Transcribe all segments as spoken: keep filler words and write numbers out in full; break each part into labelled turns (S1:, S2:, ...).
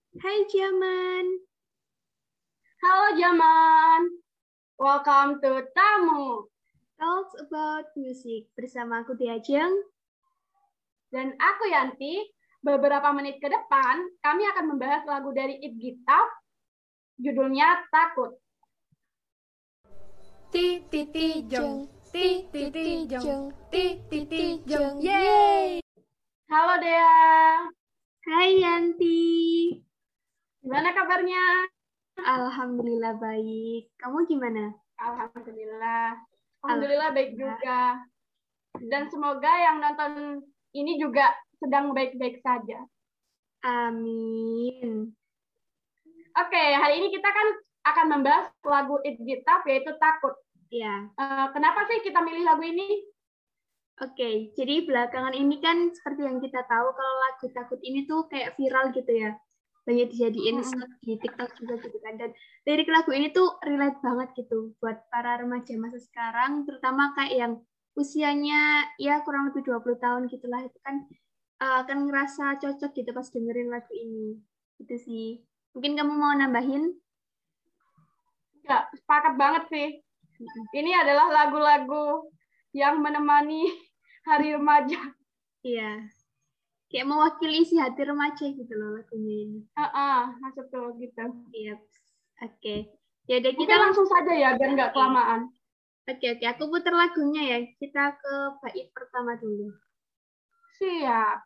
S1: Hai Jaman.
S2: Halo Jaman, welcome to Tamu.
S1: Talks about music bersama aku Diajeng.
S2: Dan aku Yanti. Beberapa menit ke depan, kami akan membahas lagu dari It Gita, judulnya Takut.
S3: Ti ti ti jeng, ti ti ti jeng, ti ti ti jeng, yeay!
S2: Halo Dea.
S1: Hai Yanti.
S2: Gimana kabarnya?
S1: Alhamdulillah baik. Kamu gimana?
S2: Alhamdulillah. Alhamdulillah baik juga. Dan semoga yang nonton ini juga sedang baik-baik saja.
S1: Amin.
S2: Oke, hari ini kita kan akan membahas lagu It Gita, yaitu Takut.
S1: Ya.
S2: Uh, kenapa sih kita milih lagu ini?
S1: Oke, jadi belakangan ini kan seperti yang kita tahu kalau lagu Takut ini tuh kayak viral gitu ya. Banyak dijadiin mm-hmm. di TikTok juga gitu kan. Dan lirik lagu ini tuh relate banget gitu buat para remaja masa sekarang, terutama kayak yang usianya ya kurang lebih dua puluh tahun gitulah, itu kan uh, akan ngerasa cocok gitu pas dengerin lagu ini. Gitu sih. Mungkin kamu mau nambahin?
S2: Ya, sepakat banget sih. Mm-hmm. Ini adalah lagu-lagu yang menemani hari remaja.
S1: Iya. Kayak mewakili isi hati remaja gitu loh lagunya ini.
S2: Ah, uh -uh, masuk tuh gitu.
S1: Iya. Yep. Oke. Okay. Ya udah
S2: kita langsung saja ya biar nggak kelamaan.
S1: Oke okay, oke, okay. Aku putar lagunya ya. Kita ke bait pertama dulu.
S2: Siap.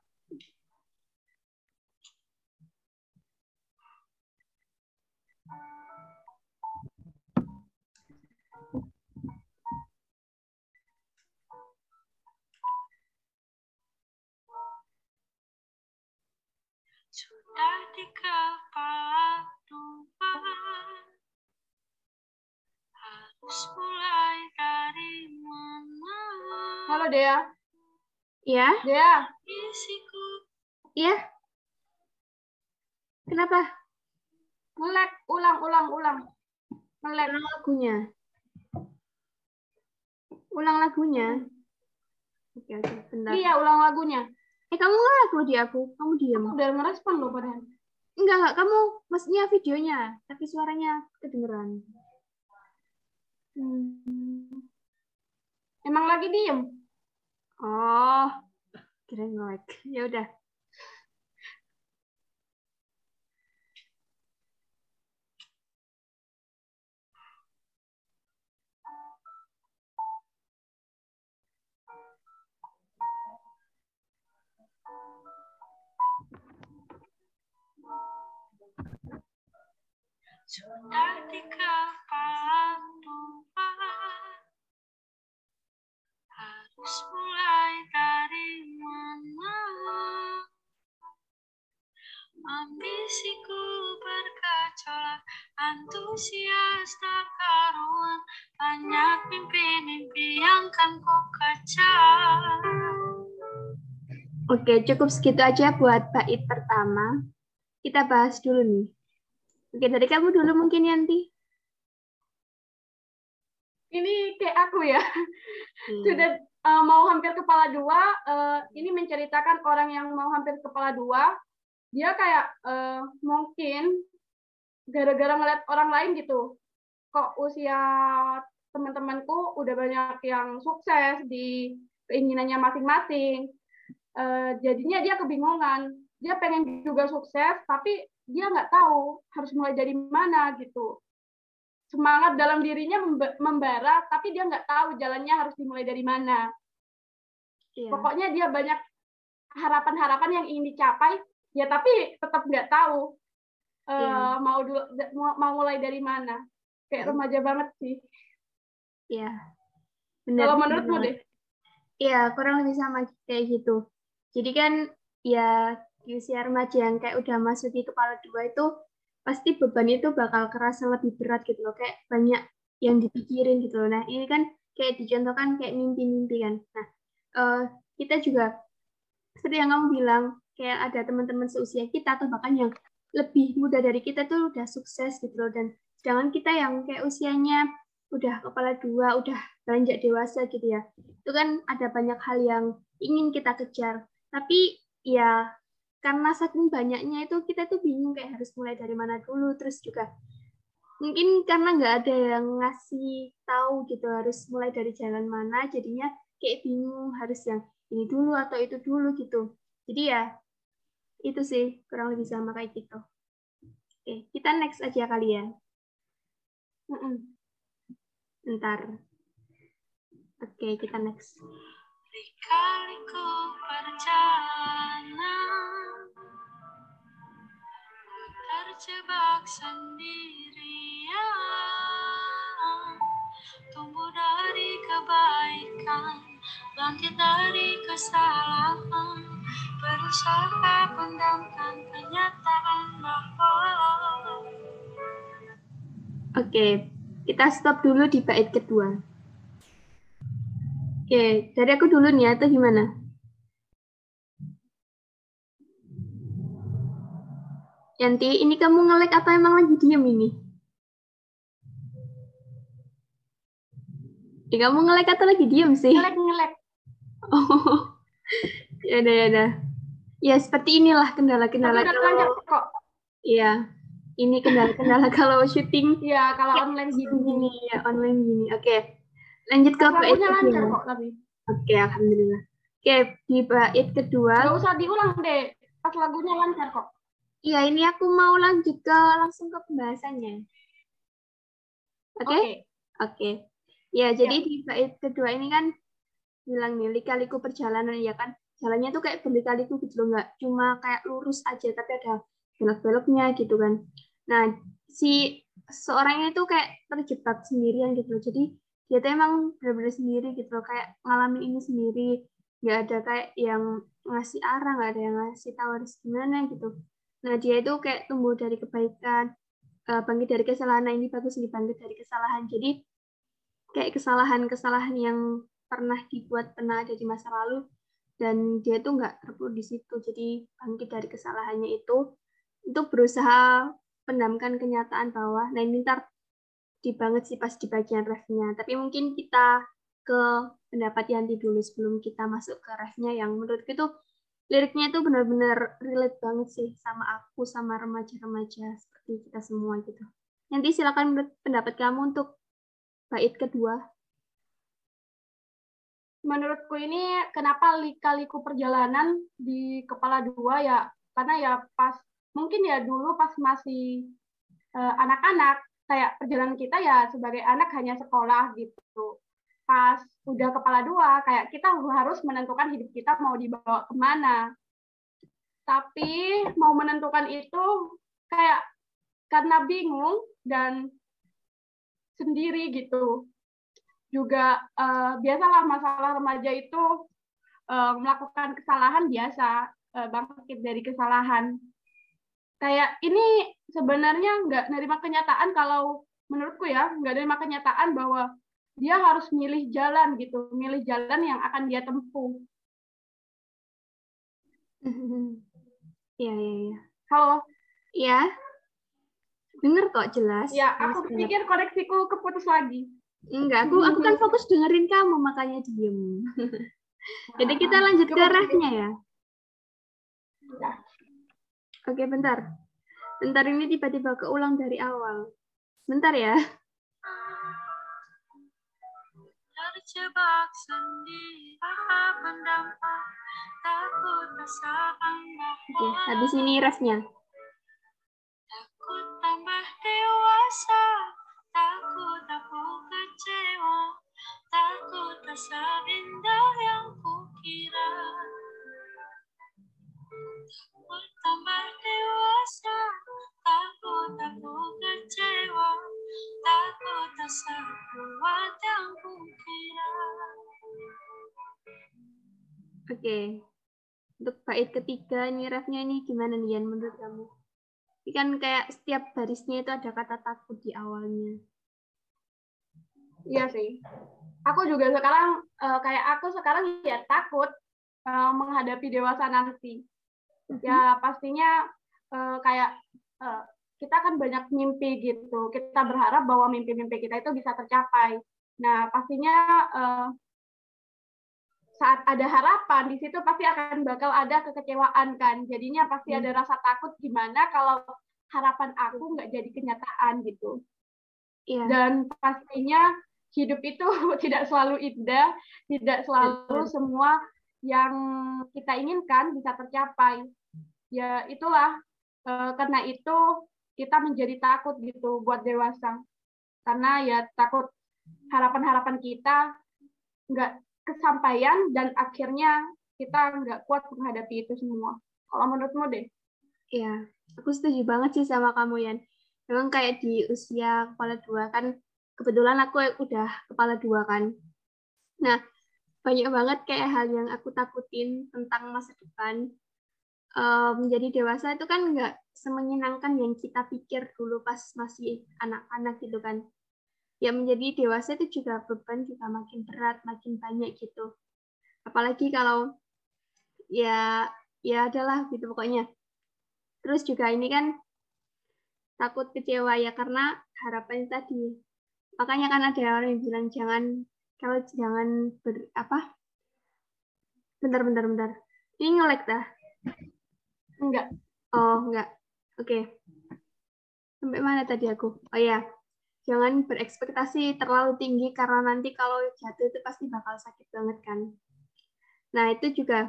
S4: Sudah di kepala Tuhan, harus mulai dari mana?
S2: Halo Dea.
S1: Iya.
S2: Dea.
S4: Isiku.
S1: Iya. Kenapa?
S2: Nge-lag, ulang, ulang, ulang. Nge-lag.
S1: Ulang lagunya. Ulang lagunya. Oke oke, bentar.
S2: Iya, ulang lagunya.
S1: Eh, kamu nge-lag loh di aku. Kamu diam.
S2: Aku udah ngerespon loh padahal.
S1: Enggak, enggak. Kamu maksudnya videonya, tapi suaranya kedengeran.
S2: Hmm. Emang lagi diem?
S1: Oh, kira nge-lag. Ya udah.
S4: Sudah di kepala Tuhan, harus mulai dari mana? Ambisiku bergejolak, antusias tak karuan, banyak mimpi-mimpi yang kan ku kejar.
S1: Oke, cukup segitu aja buat bait pertama. Kita bahas dulu nih. Oke, dari kamu dulu mungkin, Yanti.
S2: Ini kayak aku ya. Hmm. Sudah uh, mau hampir kepala dua, uh, ini menceritakan orang yang mau hampir kepala dua, dia kayak uh, mungkin gara-gara ngeliat orang lain gitu, kok usia teman-temanku udah banyak yang sukses di keinginannya masing-masing, uh, jadinya dia kebingungan, dia pengen juga sukses, tapi dia nggak tahu harus mulai dari mana gitu. Semangat dalam dirinya membara, tapi dia nggak tahu jalannya harus dimulai dari mana. Iya. Pokoknya dia banyak harapan-harapan yang ingin dicapai, ya tapi tetap nggak tahu iya. uh, mau, mau mau mulai dari mana. Kayak remaja banget sih.
S1: Iya.
S2: Kalau menurutmu deh?
S1: Iya, kurang lebih sama kayak gitu. Jadi kan ya di usia remaja yang kayak udah masuk di kepala dua itu pasti beban itu bakal kerasa lebih berat gitu loh, kayak banyak yang dipikirin gitu loh. Nah ini kan kayak dicontohkan kayak mimpi-mimpi kan. Nah uh, kita juga seperti yang kamu bilang, kayak ada teman-teman seusia kita atau bahkan yang lebih muda dari kita tuh udah sukses gitu loh, dan sedangkan kita yang kayak usianya udah kepala dua, udah beranjak dewasa gitu ya, itu kan ada banyak hal yang ingin kita kejar, tapi ya karena saking banyaknya itu kita tuh bingung kayak harus mulai dari mana dulu, terus juga mungkin karena nggak ada yang ngasih tahu gitu harus mulai dari jalan mana, jadinya kayak bingung harus yang ini dulu atau itu dulu gitu. Jadi ya itu sih kurang lebih sama kayak gitu. Oke, kita next aja kali ya. Ntar. Oke, kita next.
S4: Kali-kaliku perjalanan terjebak sendirian, tumbuh dari kebaikan, bangkit dari kesalahan, berusaha pendamkan kenyataan bahwa.
S1: Oke, kita stop dulu di bait kedua. Oke, dari aku dulu nih atau gimana? Yanti, ini kamu nge-lag atau emang lagi diem ini? Ya, kamu nge-lag atau lagi diem sih?
S2: Nge-lag, nge-lag.
S1: Oh, ya udah, ya udah. Ya, seperti inilah kendala-kendala
S2: Tapi udah
S1: kalau...
S2: lancar kok.
S1: Iya, ini kendala-kendala kalau syuting.
S2: Iya, kalau
S1: ya,
S2: online
S1: gini.
S2: gini.
S1: Ya, online gini. Oke, lanjut ke bait
S2: Lagunya lancar
S1: kedua.
S2: kok, tapi.
S1: Oke, alhamdulillah. Oke, di bait kedua.
S2: Gak usah diulang deh, pas lagunya lancar kok.
S1: Iya, ini aku mau lanjut ke langsung ke pembahasannya. Oke?
S2: Oke.
S1: Oke. Ya, jadi
S2: Ya.
S1: di bait kedua ini kan bilang nih, lika-liku perjalanan ya kan. Jalannya tuh kayak berlika-liku gitu loh, nggak cuma kayak lurus aja, tapi ada belok-beloknya gitu kan. Nah, si seorang itu kayak terjebak sendirian gitu loh. Jadi dia tuh emang benar-benar sendiri gitu loh, kayak ngalamin ini sendiri. Nggak ada kayak yang ngasih arah, nggak ada yang ngasih tahu harus gimana gitu. Nah, dia itu kayak tumbuh dari kebaikan, bangkit dari kesalahan. Nah, ini bagus nih, bangkit dari kesalahan. Jadi kayak kesalahan-kesalahan yang pernah dibuat, pernah ada di masa lalu, dan dia tuh nggak terpuruk di situ. Jadi bangkit dari kesalahannya itu, itu berusaha pendamkan kenyataan bahwa, nah ini ntar di banget sih pas di bagian refnya. Tapi mungkin kita ke pendapat Yanti dulu sebelum kita masuk ke refnya, yang menurutku itu liriknya itu benar-benar relate banget sih sama aku, sama remaja-remaja seperti kita semua gitu. Yanti silakan menurut pendapat kamu untuk bait kedua.
S2: Menurutku ini kenapa lika-liku perjalanan di kepala dua ya, karena ya pas mungkin ya dulu pas masih uh, anak-anak, kayak perjalanan kita ya sebagai anak hanya sekolah gitu. Pas udah kepala dua, kayak kita harus menentukan hidup kita mau dibawa kemana. Tapi mau menentukan itu kayak karena bingung dan sendiri gitu. Juga uh, biasalah masalah remaja itu uh, melakukan kesalahan biasa, uh, bangkit dari kesalahan. Kayak ini sebenarnya nggak nerima kenyataan, kalau menurutku ya nggak nerima kenyataan bahwa dia harus milih jalan gitu, milih jalan yang akan dia tempuh.
S1: Iya, iya, iya.
S2: Halo?
S1: Iya. Dengar kok jelas.
S2: Ya, aku pikir koneksiku keputus lagi.
S1: Enggak, aku aku kan fokus dengerin kamu, makanya diem. Jadi kita lanjut ke refnya ya. Oke, bentar. Bentar, ini tiba-tiba keulang dari awal. Bentar ya.
S4: Terjebak sendiri, pendampak, takut perasaan bahwa.
S1: Oke, habis ini refnya.
S4: Takut tambah dewasa, takut aku kecewa, takut tak seindah yang kukira. Takut tambah dewasa, takut aku kecewa, takut tak sekuat yang kukira.
S1: Oke, untuk bait ketiga ini refnya ini gimana nih Yan menurut kamu? Ini kan kayak setiap barisnya itu ada kata takut di awalnya.
S2: Iya sih. Aku juga sekarang uh, kayak aku sekarang ya takut uh, menghadapi dewasa nanti. Ya pastinya uh, kayak uh, kita kan banyak mimpi gitu. Kita berharap bahwa mimpi-mimpi kita itu bisa tercapai. Nah pastinya uh, saat ada harapan, di situ pasti akan bakal ada kekecewaan kan. Jadinya pasti ada rasa takut gimana kalau harapan aku nggak jadi kenyataan gitu.
S1: Iya.
S2: Dan pastinya hidup itu tidak selalu indah, tidak selalu semua yang kita inginkan bisa tercapai. Ya itulah, eh, karena itu kita menjadi takut gitu buat dewasa. Karena ya takut harapan-harapan kita nggak kesampaian dan akhirnya kita nggak kuat menghadapi itu semua. Kalau menurutmu deh?
S1: Iya, aku setuju banget sih sama kamu, Yan. Memang kayak di usia kepala dua kan, kebetulan aku udah kepala dua kan. Nah, banyak banget kayak hal yang aku takutin tentang masa depan. Um, menjadi dewasa itu kan nggak semenyenangkan yang kita pikir dulu pas masih anak-anak gitu kan. Ya menjadi dewasa itu juga beban juga makin berat, makin banyak gitu. Apalagi kalau ya ya adalah gitu pokoknya. Terus juga ini kan takut kecewa ya karena harapan tadi. Makanya kan ada orang yang bilang jangan kalau jangan ber, apa? Bentar bentar bentar. Ini nge-lag dah.
S2: Enggak.
S1: Oh, enggak. Oke. Okay. Sampai mana tadi aku? Oh ya. Jangan berekspektasi terlalu tinggi karena nanti kalau jatuh itu pasti bakal sakit banget kan. Nah, itu juga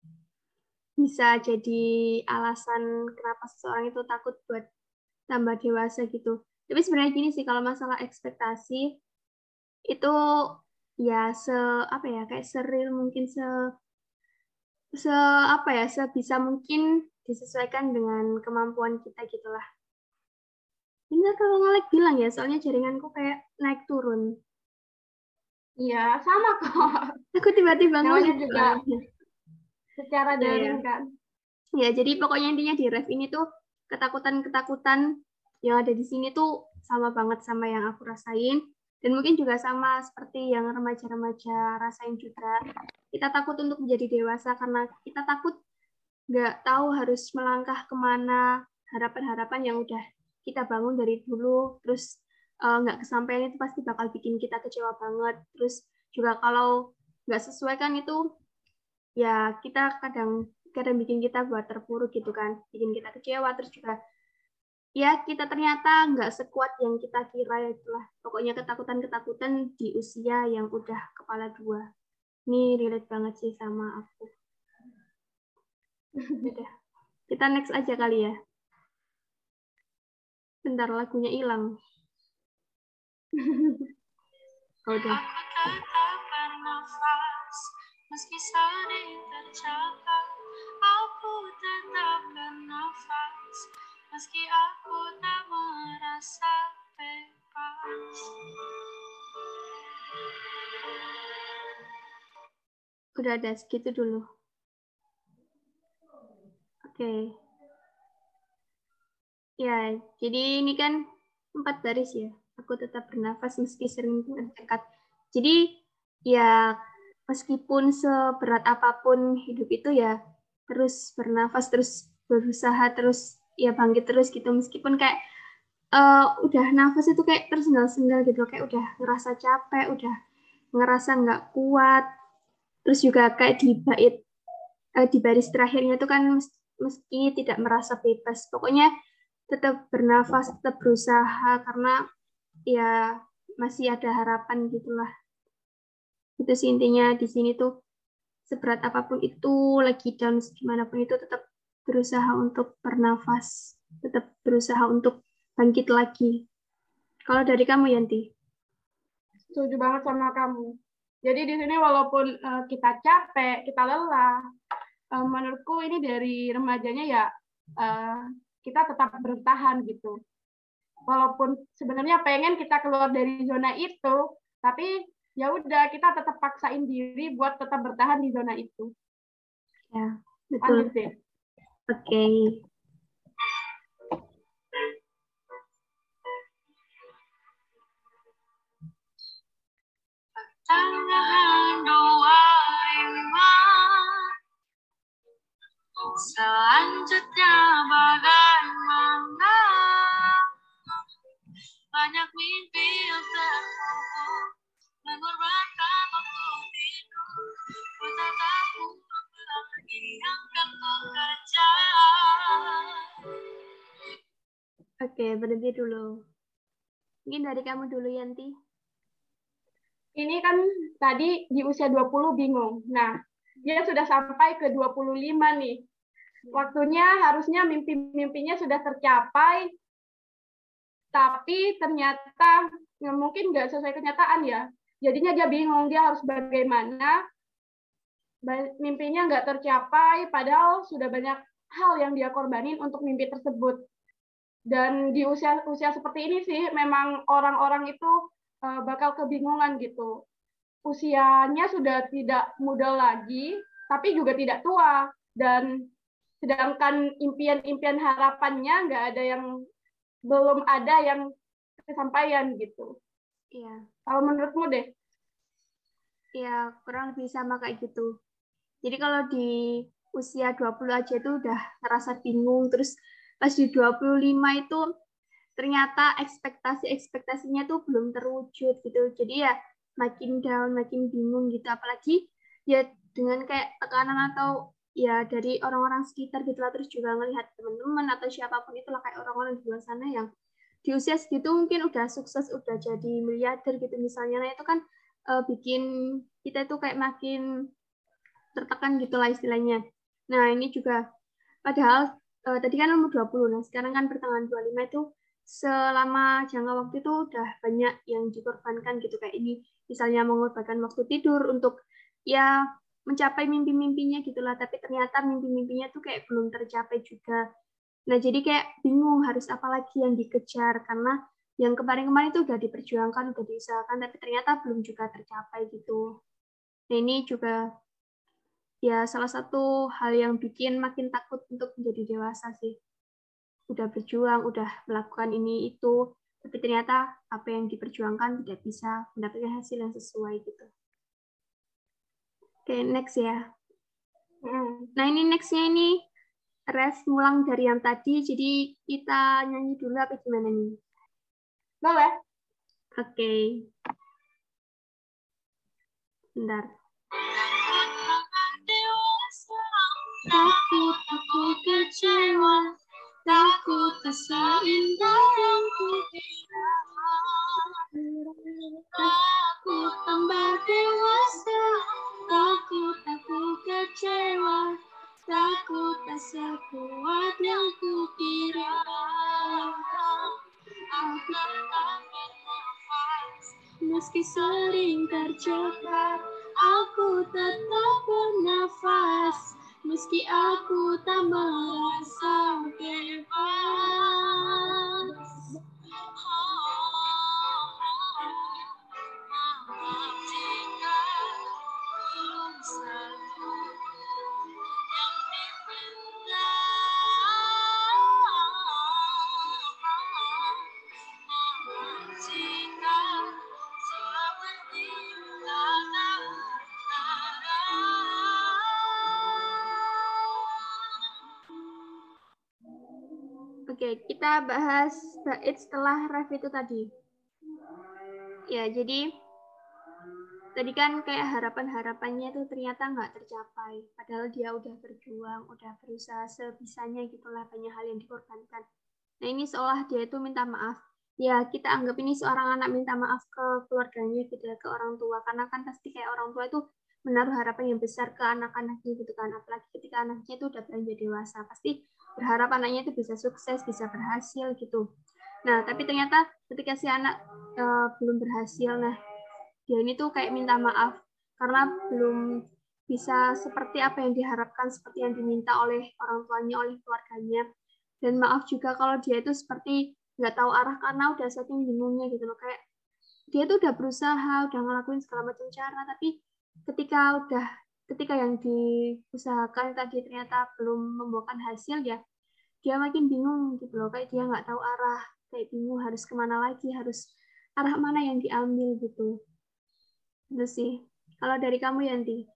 S1: bisa jadi alasan kenapa seseorang itu takut buat tambah dewasa gitu. Tapi sebenarnya gini sih, kalau masalah ekspektasi itu ya se apa ya kayak seril mungkin se se apa ya sebisa mungkin disesuaikan dengan kemampuan kita gitulah. Ini kalau nge-lag bilang ya, soalnya jaringanku kayak naik turun.
S2: Iya, sama kok.
S1: Aku tiba-tiba
S2: nge-lag juga secara daring
S1: ya,
S2: kan.
S1: Ya, jadi pokoknya intinya di ref ini tuh ketakutan-ketakutan yang ada di sini tuh sama banget sama yang aku rasain. Dan mungkin juga sama seperti yang remaja-remaja rasain juga. Kita takut untuk menjadi dewasa karena kita takut nggak tahu harus melangkah kemana, harapan-harapan yang udah kita bangun dari dulu, terus uh, nggak kesampaian itu pasti bakal bikin kita kecewa banget. Terus juga kalau nggak sesuai kan itu, ya kita kadang kadang bikin kita buat terpuruk gitu kan, bikin kita kecewa, terus juga ya kita ternyata nggak sekuat yang kita kira itulah. Pokoknya ketakutan-ketakutan di usia yang udah kepala dua. Ini relate banget sih sama aku. Udah. Kita next aja kali ya. Bentar, lagunya hilang. Oh, udah.
S4: Aku tetap bernafas, meski sedih tercapai. Aku tetap bernafas, meski aku tak merasa bebas.
S1: Udah ada segitu dulu. Oke. Okay. Ya, jadi ini kan empat baris ya. Aku tetap bernafas meski sering tertekan. Jadi ya meskipun seberat apapun hidup itu ya terus bernafas, terus berusaha, terus ya bangkit terus gitu. Meskipun kayak uh, udah nafas itu kayak tersengal-sengal gitu, kayak udah ngerasa capek, udah ngerasa nggak kuat. Terus juga kayak di bait uh, di baris terakhirnya itu kan meski tidak merasa bebas. Pokoknya tetap bernafas, tetap berusaha karena ya masih ada harapan gitulah. Itu sih intinya di sini tuh seberat apapun itu, lagi down gimana pun itu tetap berusaha untuk bernafas, tetap berusaha untuk bangkit lagi. Kalau dari kamu Yanti?
S2: Setuju banget sama kamu. Jadi di sini walaupun uh, kita capek, kita lelah, uh, menurutku ini dari remajanya ya uh, kita tetap bertahan gitu. Walaupun sebenarnya pengen kita keluar dari zona itu, tapi ya udah kita tetap paksain diri buat tetap bertahan di zona itu.
S1: Ya, betul. Oke. Okay.
S4: Pertengahan dua lima selanjutnya bagaimana? Banyak mimpi yang terkubur mengorbankan waktu hidup.
S1: Oke, berhenti dulu. Mungkin dari kamu dulu, Yanti.
S2: Ini kan tadi di usia dua puluh bingung. Nah, dia sudah sampai ke dua puluh lima nih. Waktunya harusnya mimpi-mimpinya sudah tercapai, tapi ternyata ya mungkin nggak sesuai kenyataan ya. Jadinya dia bingung, dia harus bagaimana, mimpinya nggak tercapai, padahal sudah banyak hal yang dia korbanin untuk mimpi tersebut. Dan di usia usia seperti ini sih, memang orang-orang itu uh, bakal kebingungan gitu. Usianya sudah tidak muda lagi, tapi juga tidak tua. Dan sedangkan impian-impian harapannya nggak ada yang, belum ada yang kesampaian gitu.
S1: Iya.
S2: Kalau menurutmu deh?
S1: Iya, kurang lebih sama kayak gitu. Jadi kalau di usia dua puluh aja itu udah ngerasa bingung, terus pas di dua puluh lima itu ternyata ekspektasi-ekspektasinya tuh belum terwujud gitu. Jadi ya makin down, makin bingung gitu. Apalagi ya dengan kayak tekanan atau ya dari orang-orang sekitar gitu lah, terus juga ngelihat teman-teman atau siapapun itulah kayak orang-orang di luar sana yang di usia segitu mungkin udah sukses, udah jadi miliarder gitu misalnya. Nah itu kan uh, bikin kita tuh kayak makin tertekan gitulah istilahnya. Nah ini juga padahal uh, tadi kan umur dua puluh, nah sekarang kan pertengahan dua puluh lima itu selama jangka waktu itu udah banyak yang dikorbankan gitu, kayak ini misalnya mengorbankan waktu tidur untuk ya mencapai mimpi-mimpinya gitulah, tapi ternyata mimpi-mimpinya tuh kayak belum tercapai juga. Nah jadi kayak bingung harus apa lagi yang dikejar, karena yang kemarin-kemarin itu udah diperjuangkan, udah diusahakan, tapi ternyata belum juga tercapai gitu. Nah ini juga ya salah satu hal yang bikin makin takut untuk menjadi dewasa sih. Udah berjuang, udah melakukan ini itu, tapi ternyata apa yang diperjuangkan tidak bisa mendapatkan hasil yang sesuai gitu. Oke, okay, next ya. Hmm. Nah ini nextnya ini ref ngulang dari yang tadi, jadi kita nyanyi dulu apa gimana nih?
S2: Boleh.
S1: Oke. Okay. Bentar.
S4: Takut aku kecewa, takut asa indah yang kukira, takut tambah dewasa, takut aku kecewa, takut asa kuat yang kukira. Aku tetap bernafas, meski sering terjebak, aku tetap bernafas. Meski aku tak merasa bebas. Jika belum satu yang diminta, jika seperti lada.
S1: Oke, kita bahas bait setelah ref itu tadi. Ya, jadi tadi kan kayak harapan-harapannya itu ternyata nggak tercapai. Padahal dia udah berjuang, udah berusaha sebisanya gitulah, banyak hal yang dikorbankan. Nah ini seolah dia itu minta maaf. Ya kita anggap ini seorang anak minta maaf ke keluarganya gitu ya, ke orang tua. Karena kan pasti kayak orang tua itu menaruh harapan yang besar ke anak-anaknya gitu kan. Apalagi ketika anaknya itu udah beranjak dewasa. Pasti berharap anaknya itu bisa sukses, bisa berhasil gitu. Nah, tapi ternyata ketika si anak uh, belum berhasil, nah dia ini tuh kayak minta maaf karena belum bisa seperti apa yang diharapkan, seperti yang diminta oleh orang tuanya, oleh keluarganya. Dan maaf juga kalau dia itu seperti nggak tahu arah karena udah saking bingungnya gitu loh. Kayak dia tuh udah berusaha, udah ngelakuin segala macam cara, tapi ketika udah ketika yang diusahakan tadi ternyata belum membuahkan hasil, ya dia makin bingung gitu loh, kayak dia nggak tahu arah, kayak bingung harus kemana lagi, harus arah mana yang diambil gitu. Itu sih. Kalau dari kamu, Yanti?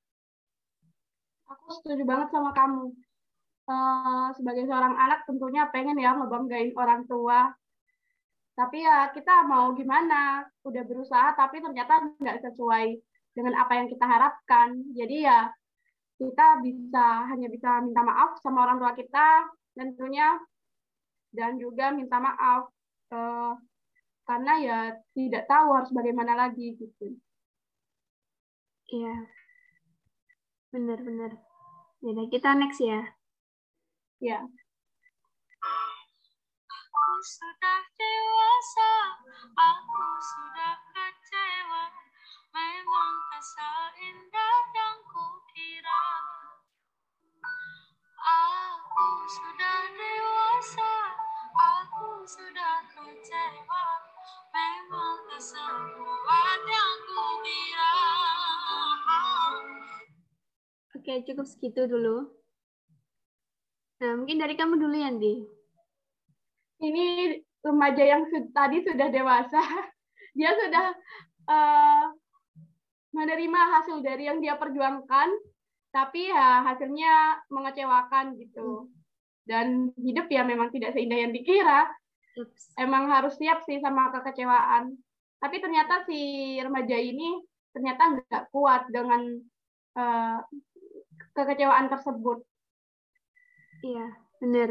S2: Aku setuju banget sama kamu. Uh, sebagai seorang anak tentunya pengen ya ngebanggain orang tua. Tapi ya kita mau gimana, udah berusaha tapi ternyata nggak sesuai dengan apa yang kita harapkan. Jadi ya kita bisa hanya bisa minta maaf sama orang tua kita, dan tentunya dan juga minta maaf uh, karena ya tidak tahu harus bagaimana lagi gitu.
S1: Iya, benar-benar. Ya, kita next ya.
S2: Ya.
S4: Aku sudah dewasa, aku sudah kecewa. Memang tak seindah yang kukira. Aku sudah dewasa, aku sudah kecewa. Memang tak sekuat yang kukira.
S1: Oke, cukup segitu dulu. Nah, mungkin dari kamu dulu, Yandi.
S2: Ini remaja yang su- tadi sudah dewasa. Dia sudah uh, menerima hasil dari yang dia perjuangkan, tapi ya hasilnya mengecewakan gitu. Dan hidup ya memang tidak seindah yang dikira.
S1: Ups.
S2: Emang harus siap sih sama kekecewaan. Tapi ternyata si remaja ini ternyata nggak kuat dengan uh, kekecewaan tersebut.
S1: Iya, benar.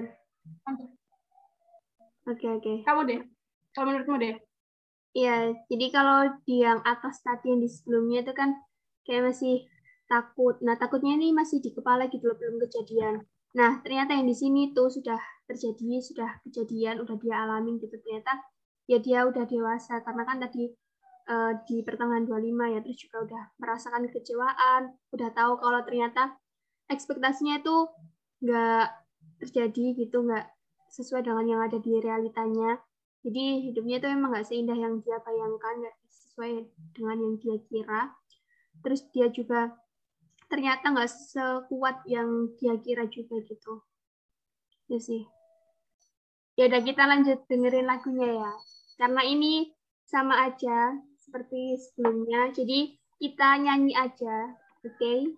S1: Oke, oke.
S2: Kamu deh, kalau menurutmu deh.
S1: Iya, jadi kalau di yang atas tadi yang di sebelumnya itu kan kayak masih takut. Nah, takutnya ini masih di kepala gitu loh, belum kejadian. Nah, ternyata yang di sini tuh sudah terjadi, sudah kejadian, udah dia alamin gitu. Ternyata ya dia udah dewasa, karena kan tadi uh, di pertengahan dua puluh lima ya, terus juga udah merasakan kekecewaan, udah tahu kalau ternyata ekspektasinya itu nggak terjadi gitu, nggak sesuai dengan yang ada di realitanya. Jadi hidupnya itu emang nggak seindah yang dia bayangkan, nggak sesuai dengan yang dia kira. Terus dia juga ternyata nggak sekuat yang dia kira juga gitu. Itu sih. Ya udah, kita lanjut dengerin lagunya ya. Karena ini sama aja seperti sebelumnya, jadi kita nyanyi aja, oke? Okay?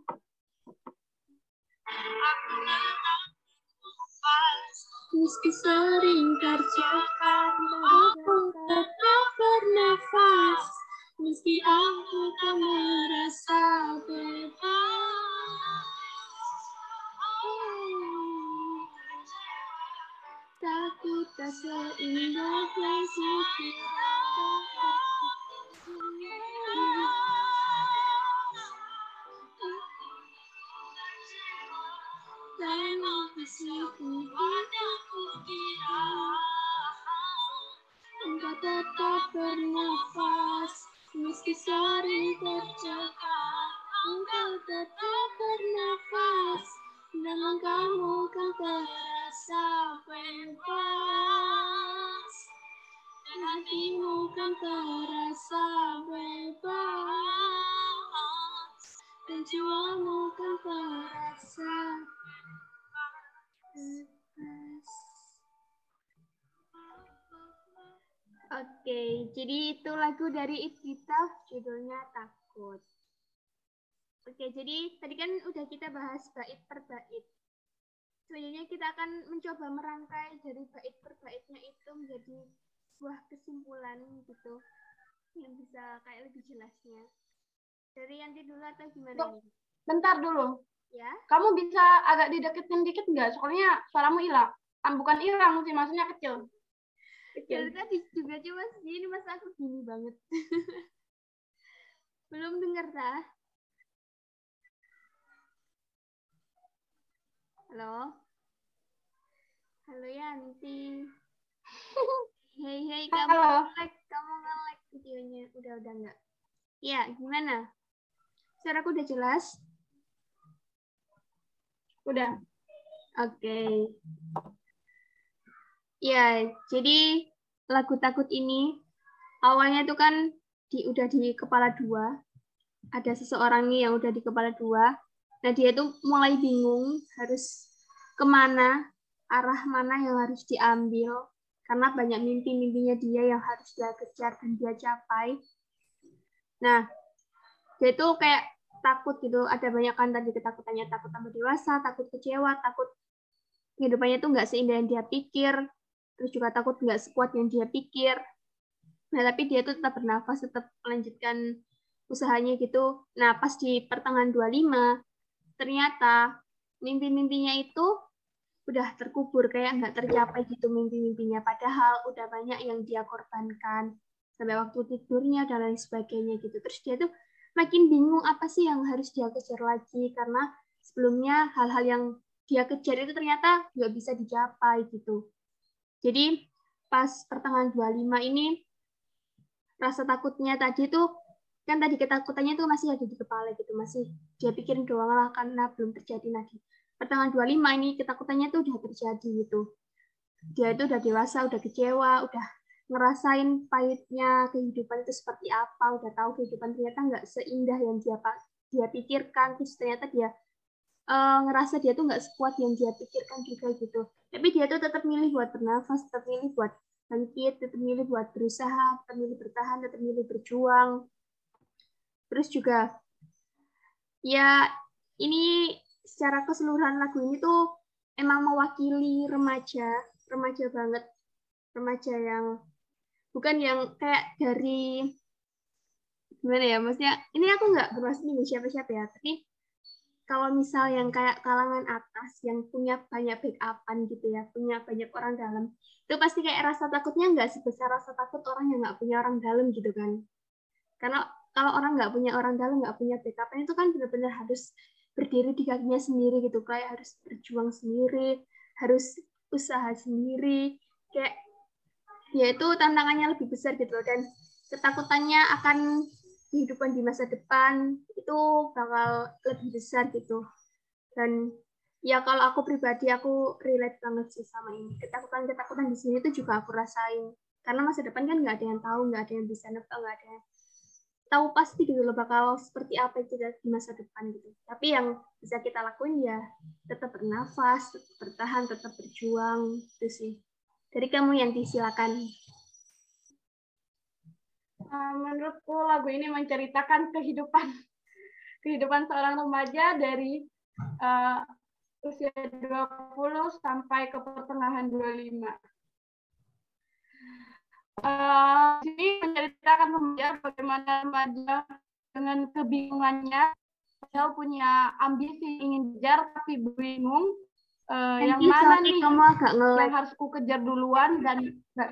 S1: Meski sering tercekat, aku tetap bernafas. Meski aku tak merasa bebas, takut tak seindah yang sekira. Memang sekuat yang kukira. Engkau tetap bernafas, meski sering tercekat. Engkau tetap bernafas, dengan kamu kan terasa bebas. Dan hatimu kan terasa bebas, dan jiwamu kan terasa bebas. Oke, jadi itu lagu dari It Kita, judulnya Takut. Oke, jadi tadi kan udah kita bahas bait per bait. Selanjutnya kita akan mencoba merangkai dari bait per baitnya itu menjadi sebuah kesimpulan gitu, yang bisa kayak lebih jelasnya. Dari Yanti dulu atau gimana nih?
S2: Bentar dulu.
S1: Ya?
S2: Kamu bisa agak dideketin dikit nggak? Soalnya suaramu hilang. Bukan hilang sih, maksudnya kecil.
S1: Dari tadi juga cuma segini, masa aku gini banget. Belum dengar dah. Halo? Halo Yanti. Hei hei, kamu nge-like, kamu nge-like videonya. Udah udah enggak? Ya, gimana? Suaraku udah jelas?
S2: Udah.
S1: Oke. Okay. Ya, jadi lagu Takut ini awalnya tuh kan di, udah di kepala dua. Ada seseorang nih yang udah di kepala dua. Nah, dia tuh mulai bingung harus kemana, arah mana yang harus diambil. Karena banyak mimpi-mimpinya dia yang harus dia kejar dan dia capai. Nah, dia tuh kayak takut gitu. Ada banyak kan tadi ketakutannya, takut tambah dewasa, takut kecewa, takut kehidupannya tuh nggak seindah yang dia pikir. Terus juga takut nggak sekuat yang dia pikir. Nah, tapi dia tuh tetap bernafas, tetap melanjutkan usahanya gitu. Nah, pas di pertengahan dua puluh lima, ternyata mimpi-mimpinya itu udah terkubur, kayak nggak tercapai gitu mimpi-mimpinya. Padahal udah banyak yang dia korbankan sampai waktu tidurnya dan lain sebagainya gitu. Terus dia tuh makin bingung apa sih yang harus dia kejar lagi, karena sebelumnya hal-hal yang dia kejar itu ternyata nggak bisa dicapai gitu. Jadi pas pertengahan dua puluh lima ini rasa takutnya tadi tuh, kan tadi ketakutannya tuh masih ada di kepala gitu, masih dia pikirin doang lah karena belum terjadi lagi. Pertengahan dua puluh lima ini ketakutannya tuh udah terjadi gitu. Dia itu udah dewasa, udah kecewa, udah ngerasain pahitnya kehidupan itu seperti apa, udah tahu kehidupan ternyata nggak seindah yang dia dia pikirkan, terus ternyata dia uh, ngerasa dia tuh nggak sekuat yang dia pikirkan juga gitu. Tapi dia tuh tetap milih buat bernafas, tetap milih buat bangkit, tetap milih buat berusaha, tetap milih bertahan, tetap milih berjuang. Terus juga ya ini secara keseluruhan lagu ini tuh emang mewakili remaja, remaja banget, remaja yang bukan yang kayak dari gimana ya, maksudnya ini aku nggak bermaksud dengan siapa-siapa ya, tapi kalau misal yang kayak kalangan atas yang punya banyak backupan gitu ya, punya banyak orang dalam, itu pasti kayak rasa takutnya nggak sebesar rasa takut orang yang nggak punya orang dalam gitu kan. Karena kalau orang nggak punya orang dalam, nggak punya backupan, itu kan benar-benar harus berdiri di kakinya sendiri gitu, kayak harus berjuang sendiri, harus usaha sendiri, kayak ya itu tantangannya lebih besar gitu loh, dan ketakutannya akan kehidupan di masa depan itu bakal lebih besar gitu. Dan ya kalau aku pribadi aku relate banget sih sama ini, ketakutan-ketakutan di sini tuh juga aku rasain, karena masa depan kan nggak ada yang tahu, nggak ada yang bisa nebak, nggak ada yang tahu pasti gitu loh bakal seperti apa itu di masa depan gitu. Tapi yang bisa kita lakuin ya tetap bernafas, tetap bertahan, tetap berjuang itu sih. Dari kamu Yanti, silakan.
S2: Uh, menurutku lagu ini menceritakan kehidupan kehidupan seorang remaja dari uh, usia dua puluh sampai ke pertengahan dua puluh lima. Uh, ini menceritakan remaja bagaimana remaja dengan kebingungannya, padahal punya ambisi ingin kejar tapi bingung uh, yang mana nih
S1: kamu agak
S2: yang harus ku kejar duluan dan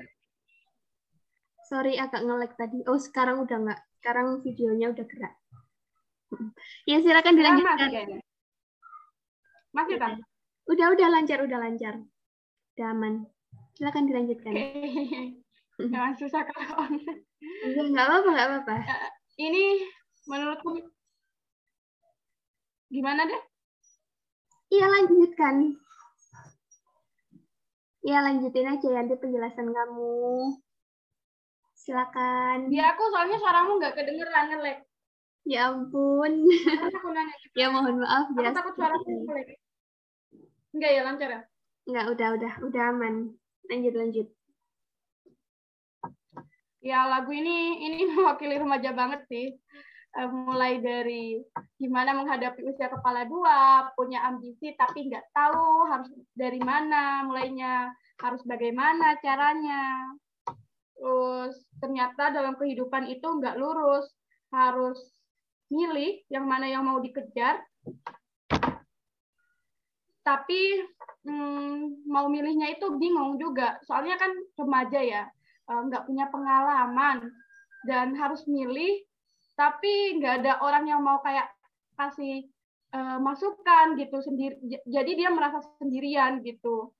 S1: sorry agak nge-lag tadi. Oh sekarang udah nggak, sekarang videonya udah gerak. Ya silakan dilanjutkan.
S2: Masih, masih kan?
S1: Udah udah lancar, udah lancar, udah aman. Silakan dilanjutkan.
S2: Okay. Jangan susah kalau online.
S1: Nggak apa-apa, nggak apa-apa.
S2: Uh, ini menurutku gimana deh?
S1: Iya lanjutkan. Iya lanjutin aja nanti penjelasan kamu. Silakan.
S2: Dia aku soalnya suaramu nggak kedengeran, nge-lag.
S1: Ya ampun.
S2: Aku nanya,
S1: ya mohon maaf
S2: aku
S1: ya.
S2: Aku takut suaraku nge-lag. Enggak ya, lancar ya?
S1: Enggak, udah, udah, udah aman. Lanjut, lanjut.
S2: Ya lagu ini ini mewakili remaja banget sih. Uh, mulai dari gimana menghadapi usia kepala dua, punya ambisi tapi nggak tahu harus dari mana mulainya, harus bagaimana caranya. Terus ternyata dalam kehidupan itu nggak lurus, harus milih yang mana yang mau dikejar. Tapi hmm, mau milihnya itu bingung juga, soalnya kan remaja ya, nggak punya pengalaman dan harus milih, tapi nggak ada orang yang mau kayak kasih uh, masukan gitu sendiri, jadi dia merasa sendirian gitu.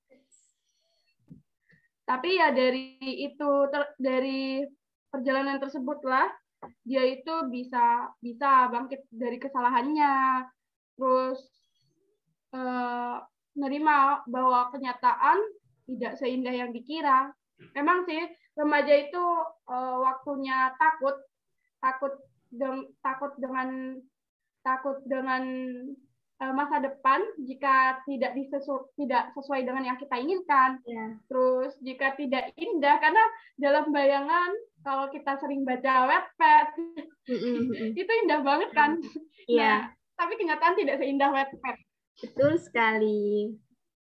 S2: Tapi ya dari itu ter, dari perjalanan tersebutlah dia itu bisa bisa bangkit dari kesalahannya, terus eh, menerima bahwa kenyataan tidak seindah yang dikira. Memang sih remaja itu eh, waktunya takut, takut deng, takut dengan takut dengan masa depan jika tidak disesu, tidak sesuai dengan yang kita inginkan. Yeah. Terus jika tidak indah, karena dalam bayangan kalau kita sering baca Wattpad mm-hmm. itu indah banget kan.
S1: Yeah.
S2: Nah, tapi kenyataan tidak seindah Wattpad.
S1: Betul sekali.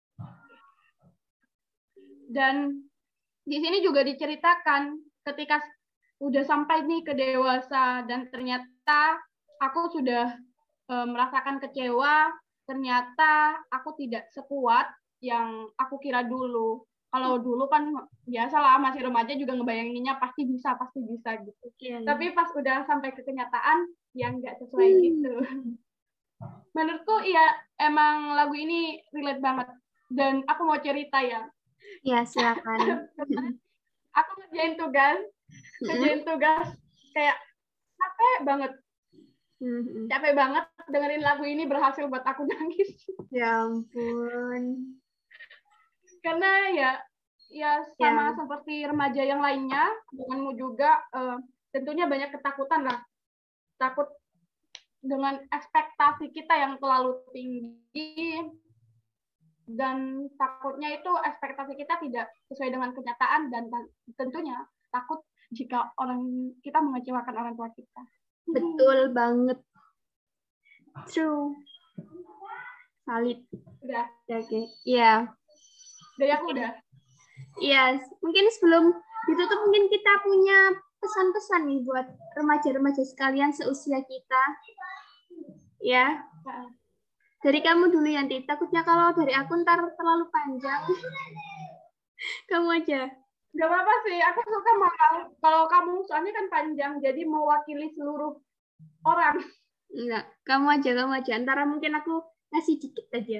S2: Dan di sini juga diceritakan ketika udah sampai nih ke dewasa dan ternyata aku sudah merasakan kecewa, ternyata aku tidak sekuat yang aku kira dulu. Kalau dulu kan biasalah masih remaja juga ngebayanginnya pasti bisa, pasti bisa gitu.
S1: Iya.
S2: Tapi pas udah sampai ke kenyataan, ya nggak sesuai gitu. Menurutku ya emang lagu ini relate banget. Dan aku mau cerita ya.
S1: Ya, silakan.
S2: Aku ngerjain tugas, ngerjain tugas kayak capek banget. Capek banget dengerin lagu ini berhasil buat aku nangis.
S1: Ya ampun.
S2: Karena ya ya sama
S1: Ya.
S2: seperti remaja yang lainnya, denganmu juga uh, tentunya banyak ketakutan lah. Takut dengan ekspektasi kita yang terlalu tinggi, dan takutnya itu ekspektasi kita tidak sesuai dengan kenyataan, dan tentunya takut jika orang kita mengecewakan orang tua kita.
S1: Betul banget. True. Valid.
S2: Udah.
S1: Oke. Okay. Iya.
S2: Dari aku udah.
S1: Iya, mungkin sebelum ditutup mungkin kita punya pesan-pesan nih buat remaja-remaja sekalian seusia kita. Ya. Dari kamu dulu Yanti, takutnya kalau dari aku ntar terlalu panjang. Kamu aja.
S2: Gak apa-apa sih, aku suka malah kalau kamu, soalnya kan panjang, jadi mewakili seluruh orang.
S1: Enggak, kamu aja, kamu aja. Antara mungkin aku kasih dikit aja.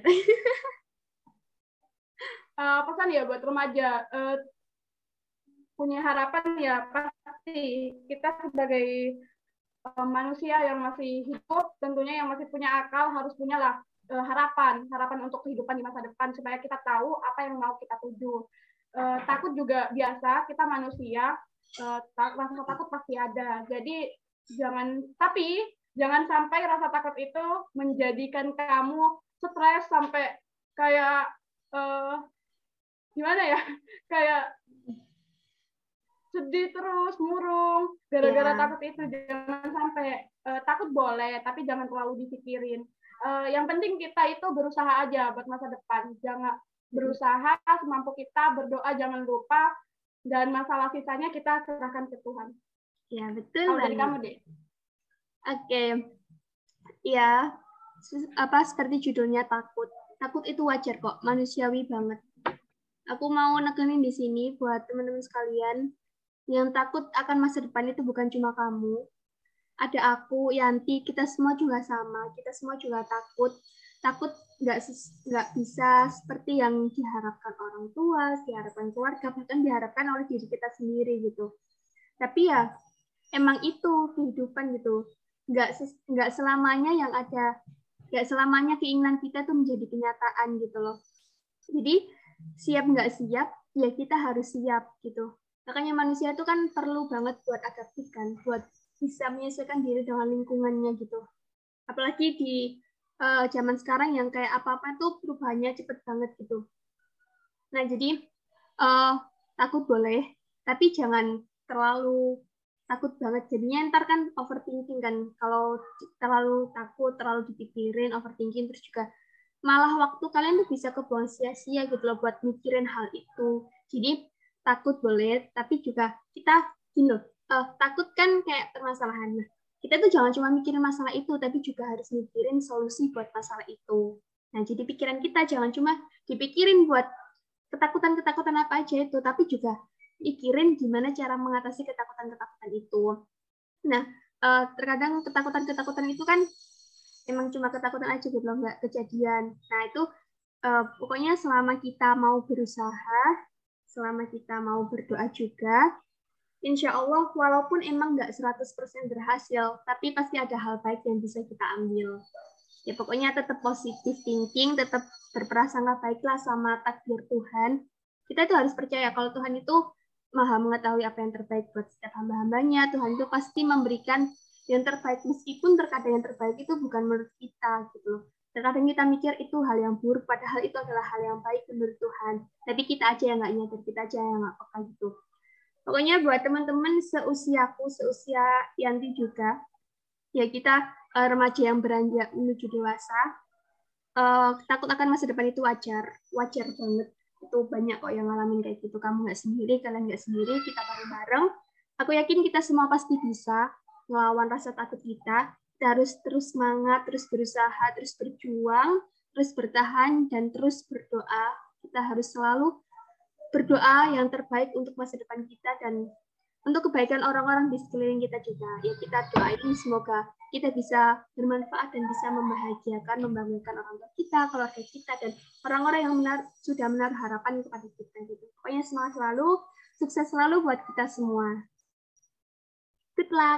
S2: Uh, pesan ya buat remaja, uh, punya harapan ya pasti kita sebagai uh, manusia yang masih hidup, tentunya yang masih punya akal harus punyalah uh, harapan, harapan untuk kehidupan di masa depan supaya kita tahu apa yang mau kita tuju. Uh, takut juga biasa, kita manusia, uh, rasa takut pasti ada. Jadi jangan, tapi jangan sampai rasa takut itu menjadikan kamu stres sampai kayak uh, gimana ya, kayak sedih terus, murung, gara-gara ya. Takut itu. Jangan sampai, uh, takut boleh, tapi jangan terlalu dipikirin. Uh, yang penting kita itu berusaha aja buat masa depan. Jangan berusaha semampu kita, berdoa jangan lupa, dan masalah sisanya kita serahkan ke Tuhan.
S1: Ya, betul.
S2: Kalau dari kamu, Dek.
S1: Oke. Okay. Ya, apa seperti judulnya takut. Takut itu wajar kok, manusiawi banget. Aku mau nekenin di sini buat teman-teman sekalian yang takut akan masa depan itu bukan cuma kamu. Ada aku, Yanti, kita semua juga sama. Kita semua juga takut. Takut nggak nggak bisa seperti yang diharapkan orang tua, diharapkan keluarga, bahkan diharapkan oleh diri kita sendiri gitu. Tapi ya emang itu kehidupan gitu. Nggak nggak selamanya yang ada, nggak selamanya keinginan kita tuh menjadi kenyataan gitu loh. Jadi siap nggak siap, ya kita harus siap gitu. Makanya manusia itu kan perlu banget buat adaptif kan, buat bisa menyesuaikan diri dengan lingkungannya gitu. Apalagi di uh, zaman sekarang yang kayak apa-apa tuh perubahannya cepet banget gitu. Nah jadi uh, takut boleh, tapi jangan terlalu takut banget. Jadinya ntar kan overthinking kan. Kalau terlalu takut, terlalu dipikirin, overthinking, terus juga malah waktu kalian tuh bisa kebuang sia-sia gitu loh buat mikirin hal itu. Jadi takut boleh, tapi juga kita gini loh, uh, takut kan kayak permasalahan. Nah, kita tuh jangan cuma mikirin masalah itu, tapi juga harus mikirin solusi buat masalah itu. Nah, jadi pikiran kita jangan cuma dipikirin buat ketakutan-ketakutan apa aja itu, tapi juga pikirin gimana cara mengatasi ketakutan-ketakutan itu. Nah, uh, terkadang ketakutan-ketakutan itu kan emang cuma ketakutan aja gitu loh, nggak kejadian. Nah itu uh, pokoknya selama kita mau berusaha, selama kita mau berdoa juga, insya Allah walaupun emang nggak seratus persen berhasil, tapi pasti ada hal baik yang bisa kita ambil. Ya pokoknya tetap positif thinking, tetap berprasangka baiklah sama takdir Tuhan. Kita tuh harus percaya kalau Tuhan itu maha mengetahui apa yang terbaik buat setiap hamba-hambanya. Tuhan itu pasti memberikan yang terbaik, meskipun terkadang yang terbaik itu bukan menurut kita gitu loh. Terkadang kita mikir itu hal yang buruk, padahal itu adalah hal yang baik menurut Tuhan. Tapi kita aja yang nggak nyadar, kita aja yang nggak peka gitu. Pokoknya buat teman-teman seusiaku, seusia Yanti juga, ya kita uh, remaja yang beranjak menuju dewasa, uh, takut akan masa depan itu wajar, wajar banget. Itu banyak kok yang ngalamin kayak gitu. Kamu nggak sendiri, kalian nggak sendiri, kita bareng-bareng. Aku yakin kita semua pasti bisa melawan rasa takut kita. Kita harus terus semangat, terus berusaha, terus berjuang, terus bertahan, dan terus berdoa. kita harus selalu berdoa yang terbaik untuk masa depan kita dan untuk kebaikan orang-orang di sekeliling kita juga. Ya kita doain semoga kita bisa bermanfaat dan bisa membahagiakan, membanggakan orang tua kita, keluarga kita, dan orang-orang yang benar, sudah menaruh harapan kepada kita. Gitu. Pokoknya semangat selalu, sukses selalu buat kita semua. Good luck.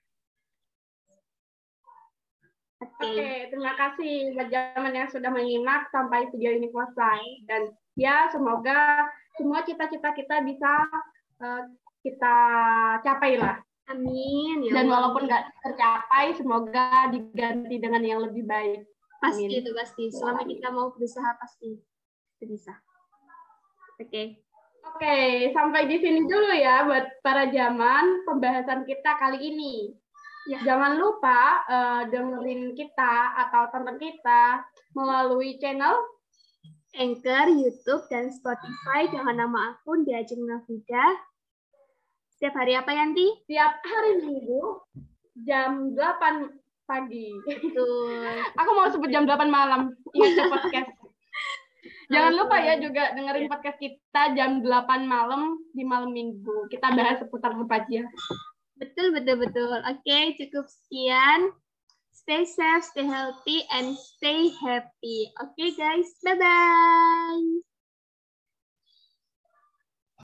S1: Oke,
S2: okay. okay, terima kasih buat Zaman yang sudah menyimak sampai video ini selesai. Dan ya semoga semua cita-cita kita bisa uh, kita capai lah.
S1: Amin. Ya
S2: Dan
S1: Allah.
S2: walaupun nggak tercapai, semoga diganti dengan yang lebih baik.
S1: Pasti
S2: Amin.
S1: itu pasti. Selama kita mau berusaha pasti bisa. Oke. Okay.
S2: Oke, okay, sampai di sini dulu ya buat para Zaman pembahasan kita kali ini. Ya. Jangan lupa uh, dengerin kita atau tonton kita melalui channel
S1: Anchor, YouTube, dan Spotify dengan nama akun Diajeng Nafida. Setiap hari apa, Yanti?
S2: Setiap hari Minggu jam delapan pagi.
S1: Betul.
S2: Aku mau sebut jam delapan malam. Ingat podcast. Jangan lupa ya juga dengerin podcast kita jam delapan malam di malam Minggu. Kita bahas seputar apa aja.
S1: Betul, betul, betul. Oke, cukup sekian. Stay safe, stay healthy, and stay happy. Oke, guys. Bye-bye.